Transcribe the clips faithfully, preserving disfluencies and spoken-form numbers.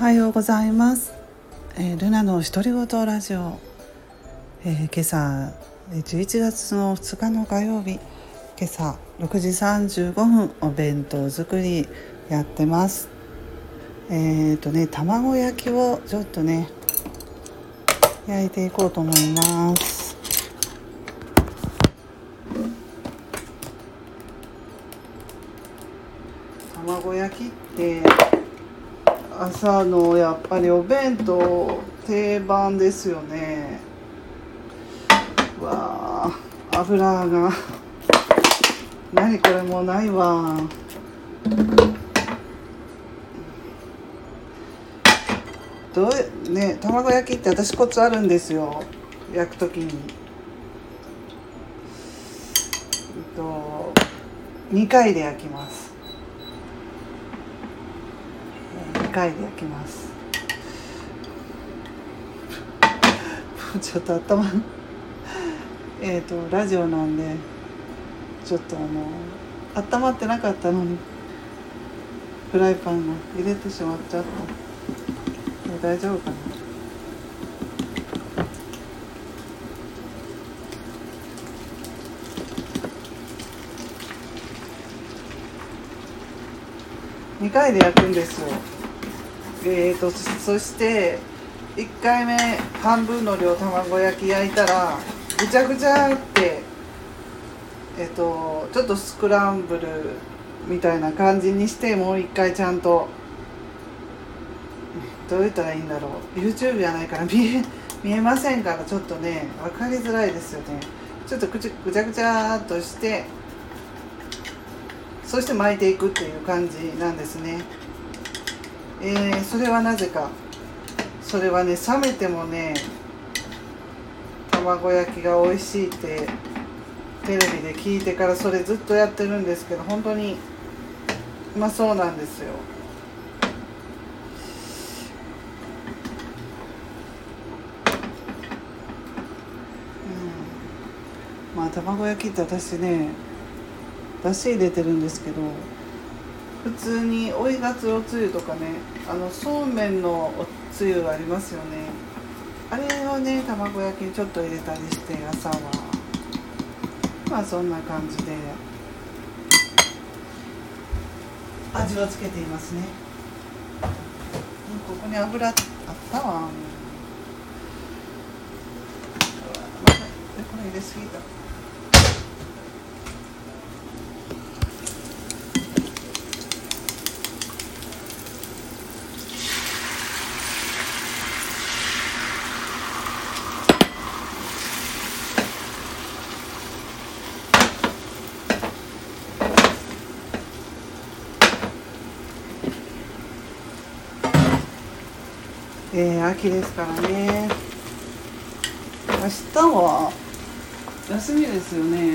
はようございます、えー、ルナの独り言ラジオ、えー、今朝じゅういちがつのふつかの火曜日、今朝ろくじさんじゅうごふんお弁当作りやってます。えーとね卵焼きをちょっとね焼いていこうと思います。卵焼きって朝のやっぱりお弁当定番ですよね。うわー、油が何これもうないわ。どうね卵焼きって私コツあるんですよ。焼くときに、えっと、にかいで焼きます。にかいで焼きます。ちょっと頭えっとラジオなんでちょっとあの温まってなかったのにフライパンが入れてしまっちゃった。大丈夫かな。にかいで焼くんですよ。えーとそしていっかいめ半分の量卵焼き焼いたらぐちゃぐちゃってえっとちょっとスクランブルみたいな感じにして、もういっかいちゃんとどう言ったらいいんだろう。 YouTube じゃないから見え見えませんから、ちょっとね分かりづらいですよね。ちょっとぐちゃぐちゃぐちゃっとして、そして巻いていくっていう感じなんですね。えー、それはなぜか。それはね、冷めてもね卵焼きが美味しいってテレビで聞いてからそれずっとやってるんですけど、本当にまあそうなんですよ。うん、まあ卵焼きって私ねだし入れてるんですけど、普通に追いがつおつゆとかね、あのそうめんのおつゆありますよね。あれをね卵焼きにちょっと入れたりして朝はまあそんな感じで味をつけていますね。ここに油あったわ。これ入れすぎた。えー、秋ですからね。明日は休みですよね。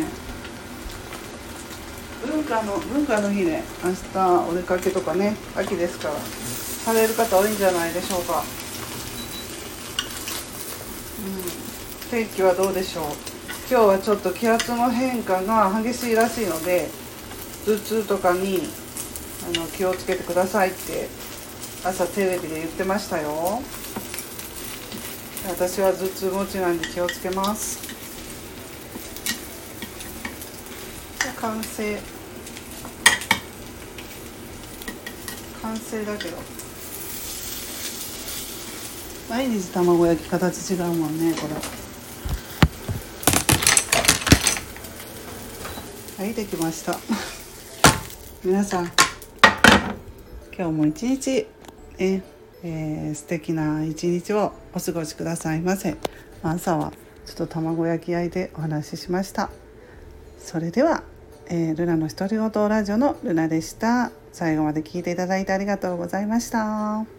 文化の文化の日で明日お出かけとかね、秋ですからされる方多いんじゃないでしょうか。うん、天気はどうでしょう。今日はちょっと気圧の変化が激しいらしいので、頭痛とかにあの気をつけてくださいって朝テレビで言ってましたよ。私は頭痛持ちなんで気をつけます。完成完成だけど毎日卵焼き形違うもんねこれ。はい、できました皆さん今日も一日、ねえー、素敵な一日をお過ごしくださいませ。朝はちょっと卵焼き焼いてお話ししました。それでは、えー、ルナの独り言ラジオのルナでした。最後まで聞いていただいてありがとうございました。